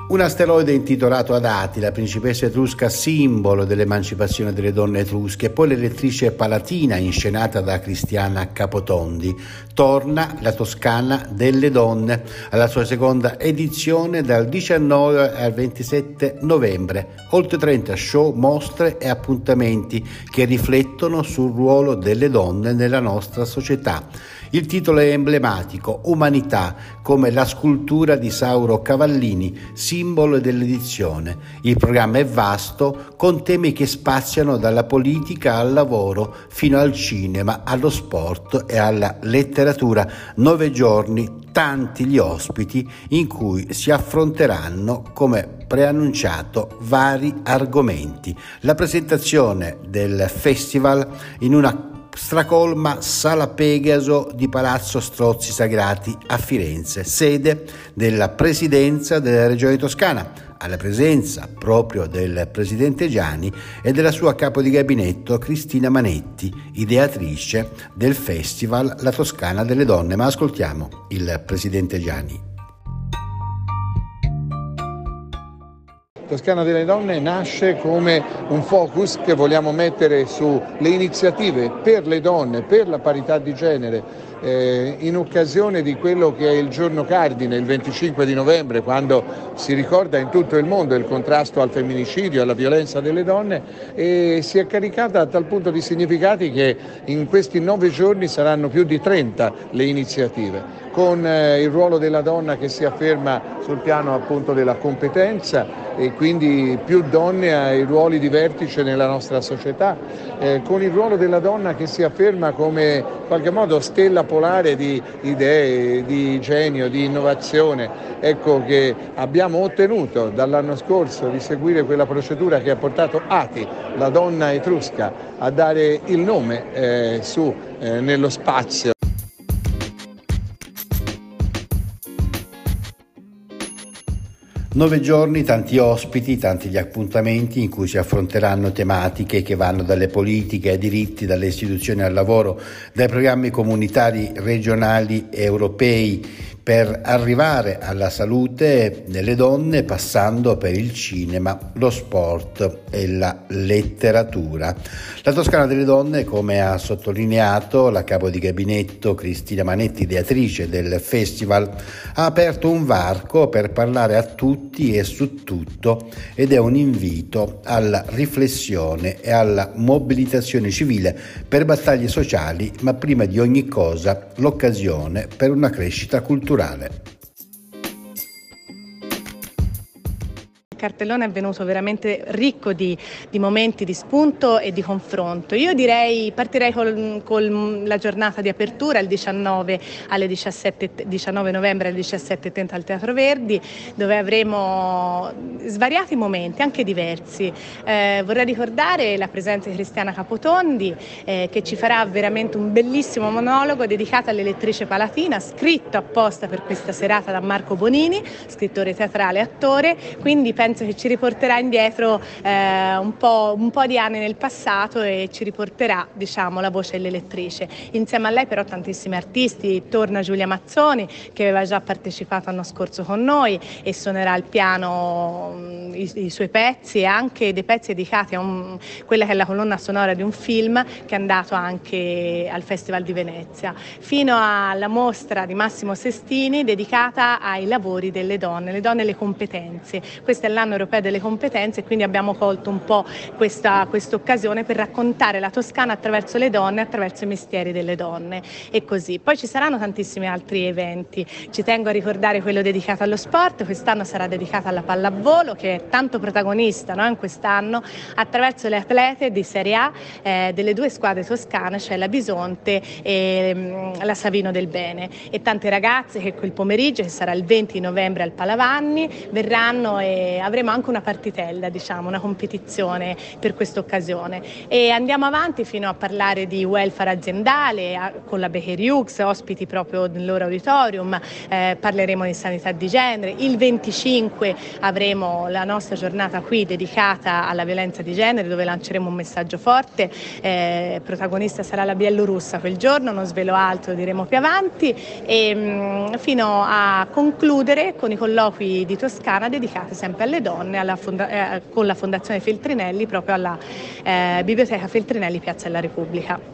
Un asteroide intitolato ad Attila, principessa etrusca simbolo dell'emancipazione delle donne etrusche, e poi l'elettrice palatina inscenata da Cristiana Capotondi. Torna la Toscana delle donne alla sua seconda edizione dal 19 al 27 novembre. Oltre 30 show, mostre e appuntamenti che riflettono sul ruolo delle donne nella nostra società. Il titolo è emblematico: Umanità, come la scultura di Sauro Cavallini, simbolo dell'edizione. Il programma è vasto, con temi che spaziano dalla politica al lavoro fino al cinema, allo sport e alla letteratura. 9 giorni, tanti gli ospiti in cui si affronteranno, come preannunciato, vari argomenti. La presentazione del festival in una stracolma Sala Pegaso di Palazzo Strozzi Sagrati a Firenze, sede della Presidenza della Regione Toscana, alla presenza proprio del Presidente Giani e della sua capo di gabinetto Cristina Manetti, ideatrice del Festival La Toscana delle Donne. Ma ascoltiamo il Presidente Giani. Toscana delle Donne nasce come un focus che vogliamo mettere sulle iniziative per le donne, per la parità di genere, in occasione di quello che è il giorno cardine, il 25 di novembre, quando si ricorda in tutto il mondo il contrasto al femminicidio, alla violenza delle donne, e si è caricata a tal punto di significati che in questi 9 giorni saranno più di 30 le iniziative, con il ruolo della donna che si afferma sul piano appunto della competenza e quindi più donne ai ruoli di vertice nella nostra società, con il ruolo della donna che si afferma come in qualche modo stella polare di idee, di genio, di innovazione. Ecco che abbiamo ottenuto dall'anno scorso di seguire quella procedura che ha portato Ati, la donna etrusca, a dare il nome nello spazio. Nove giorni, tanti ospiti, tanti gli appuntamenti in cui si affronteranno tematiche che vanno dalle politiche ai diritti, dalle istituzioni al lavoro, dai programmi comunitari, regionali e europei, per arrivare alla salute delle donne, passando per il cinema, lo sport e la letteratura. La Toscana delle Donne, come ha sottolineato la capo di gabinetto Cristina Manetti, ideatrice del festival, ha aperto un varco per parlare a tutti e su tutto, ed è un invito alla riflessione e alla mobilitazione civile per battaglie sociali, ma prima di ogni cosa l'occasione per una crescita culturale. Il cartellone è venuto veramente ricco di momenti di spunto e di confronto. Io partirei con la giornata di apertura il 19 novembre alle 17:30 al Teatro Verdi, dove avremo svariati momenti, anche diversi. Vorrei ricordare la presenza di Cristiana Capotondi, che ci farà veramente un bellissimo monologo dedicato all'elettrice palatina, scritto apposta per questa serata da Marco Bonini, scrittore teatrale e attore, quindi penso che ci riporterà indietro un po' di anni nel passato e ci riporterà, diciamo, la voce dell'elettrice. Insieme a lei però tantissimi artisti, torna Giulia Mazzoni, che aveva già partecipato l'anno scorso con noi e suonerà al piano i suoi pezzi e anche dei pezzi dedicati a quella che è la colonna sonora di un film che è andato anche al Festival di Venezia, fino alla mostra di Massimo Sestini dedicata ai lavori delle donne, le donne e le competenze. Questo è l'anno europeo delle competenze e quindi abbiamo colto un po' questa occasione per raccontare la Toscana attraverso le donne, attraverso i mestieri delle donne e così. Poi ci saranno tantissimi altri eventi, ci tengo a ricordare quello dedicato allo sport, quest'anno sarà dedicato alla pallavolo che è tanto protagonista, no? In quest'anno attraverso le atlete di Serie A delle 2 squadre toscane, cioè la Bisonte e la Savino del Bene, e tante ragazze che quel pomeriggio, che sarà il 20 novembre al Palavanni, verranno e avremo anche una partitella, diciamo, una competizione per questa occasione, e andiamo avanti fino a parlare di welfare aziendale con la Bakery Hughes, ospiti proprio nel loro auditorium, parleremo di sanità di genere. Il 25 avremo la nostra giornata qui dedicata alla violenza di genere, dove lanceremo un messaggio forte, protagonista sarà la Bielorussa quel giorno, non svelo altro, diremo più avanti, e fino a concludere con i colloqui di Toscana dedicati sempre alle donne con la Fondazione Feltrinelli proprio alla Biblioteca Feltrinelli Piazza della Repubblica.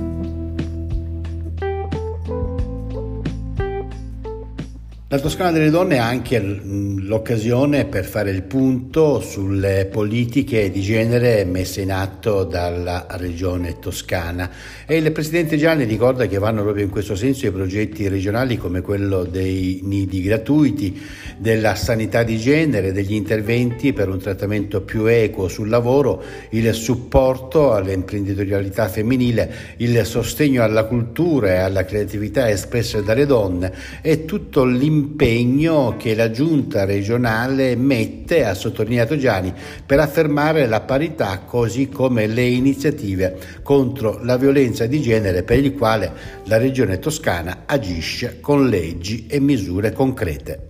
La Toscana delle Donne è anche l'occasione per fare il punto sulle politiche di genere messe in atto dalla Regione Toscana, e il Presidente Gianni ricorda che vanno proprio in questo senso i progetti regionali come quello dei nidi gratuiti, della sanità di genere, degli interventi per un trattamento più equo sul lavoro, il supporto all'imprenditorialità femminile, il sostegno alla cultura e alla creatività espresse dalle donne e tutto l'impegno che la Giunta regionale mette, ha sottolineato Gianni, per affermare la parità, così come le iniziative contro la violenza di genere, per il quale la Regione Toscana agisce con leggi e misure concrete.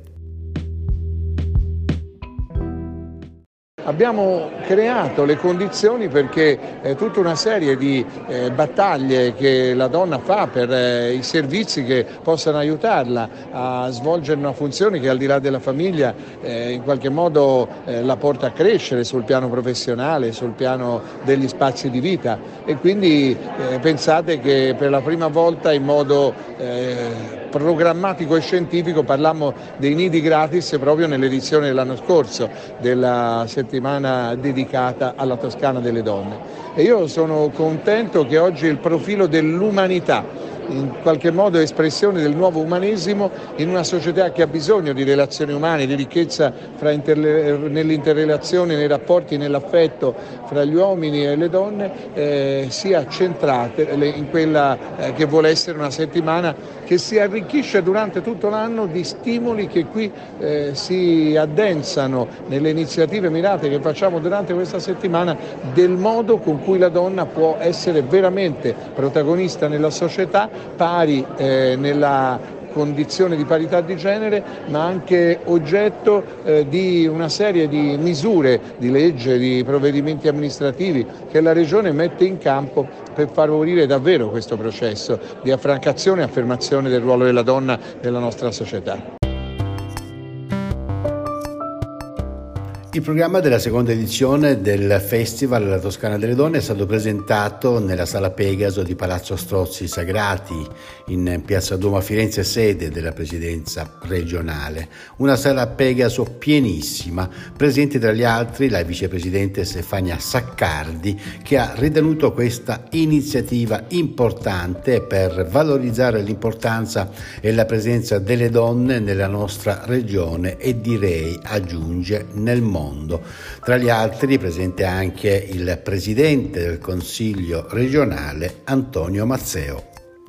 Abbiamo creato le condizioni perché tutta una serie di battaglie che la donna fa per i servizi che possano aiutarla a svolgere una funzione che al di là della famiglia in qualche modo la porta a crescere sul piano professionale, sul piano degli spazi di vita, e quindi pensate che per la prima volta in modo programmatico e scientifico parlammo dei nidi gratis proprio nell'edizione dell'anno scorso della settimana dedicata alla Toscana delle Donne, e io sono contento che oggi il profilo dell'umanità, in qualche modo espressione del nuovo umanesimo in una società che ha bisogno di relazioni umane, di ricchezza nell'interrelazione, nei rapporti, nell'affetto fra gli uomini e le donne, sia centrate in quella che vuole essere una settimana che si arricchisce durante tutto l'anno di stimoli che qui si addensano nelle iniziative mirate che facciamo durante questa settimana, del modo con cui la donna può essere veramente protagonista nella società, pari nella condizione di parità di genere, ma anche oggetto di una serie di misure, di legge, di provvedimenti amministrativi che la Regione mette in campo per favorire davvero questo processo di affrancazione e affermazione del ruolo della donna nella nostra società. Il programma della seconda edizione del Festival La Toscana delle Donne è stato presentato nella Sala Pegaso di Palazzo Strozzi Sagrati in Piazza Duomo a Firenze, sede della Presidenza regionale. Una Sala Pegaso pienissima, presente tra gli altri la Vicepresidente Stefania Saccardi, che ha ritenuto questa iniziativa importante per valorizzare l'importanza e la presenza delle donne nella nostra regione e direi, aggiunge, nel mondo. Tra gli altri presente anche il Presidente del Consiglio regionale Antonio Mazzeo.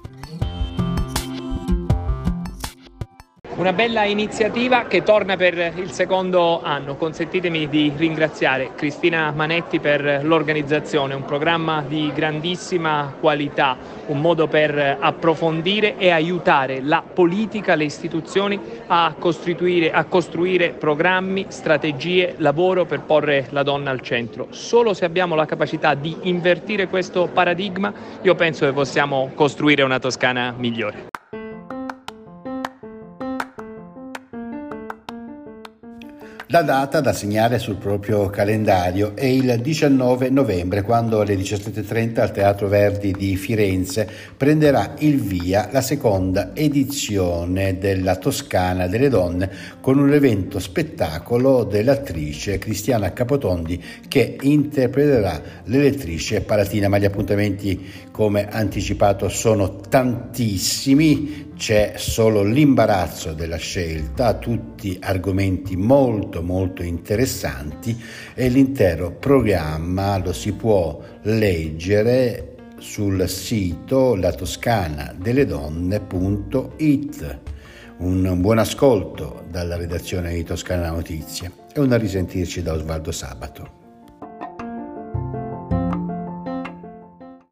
Una bella iniziativa che torna per il secondo anno. Consentitemi di ringraziare Cristina Manetti per l'organizzazione, un programma di grandissima qualità, un modo per approfondire e aiutare la politica, le istituzioni a costruire programmi, strategie, lavoro per porre la donna al centro. Solo se abbiamo la capacità di invertire questo paradigma, io penso che possiamo costruire una Toscana migliore. La data da segnare sul proprio calendario è il 19 novembre, quando alle 17:30 al Teatro Verdi di Firenze prenderà il via la seconda edizione della Toscana delle Donne, con un evento spettacolo dell'attrice Cristiana Capotondi che interpreterà l'elettrice Palatina. Ma gli appuntamenti, come anticipato, sono tantissimi. C'è solo l'imbarazzo della scelta, tutti argomenti molto interessanti, e l'intero programma lo si può leggere sul sito latoscanadeledonne.it. Un buon ascolto dalla redazione di Toscana Notizie e un a risentirci da Osvaldo Sabato.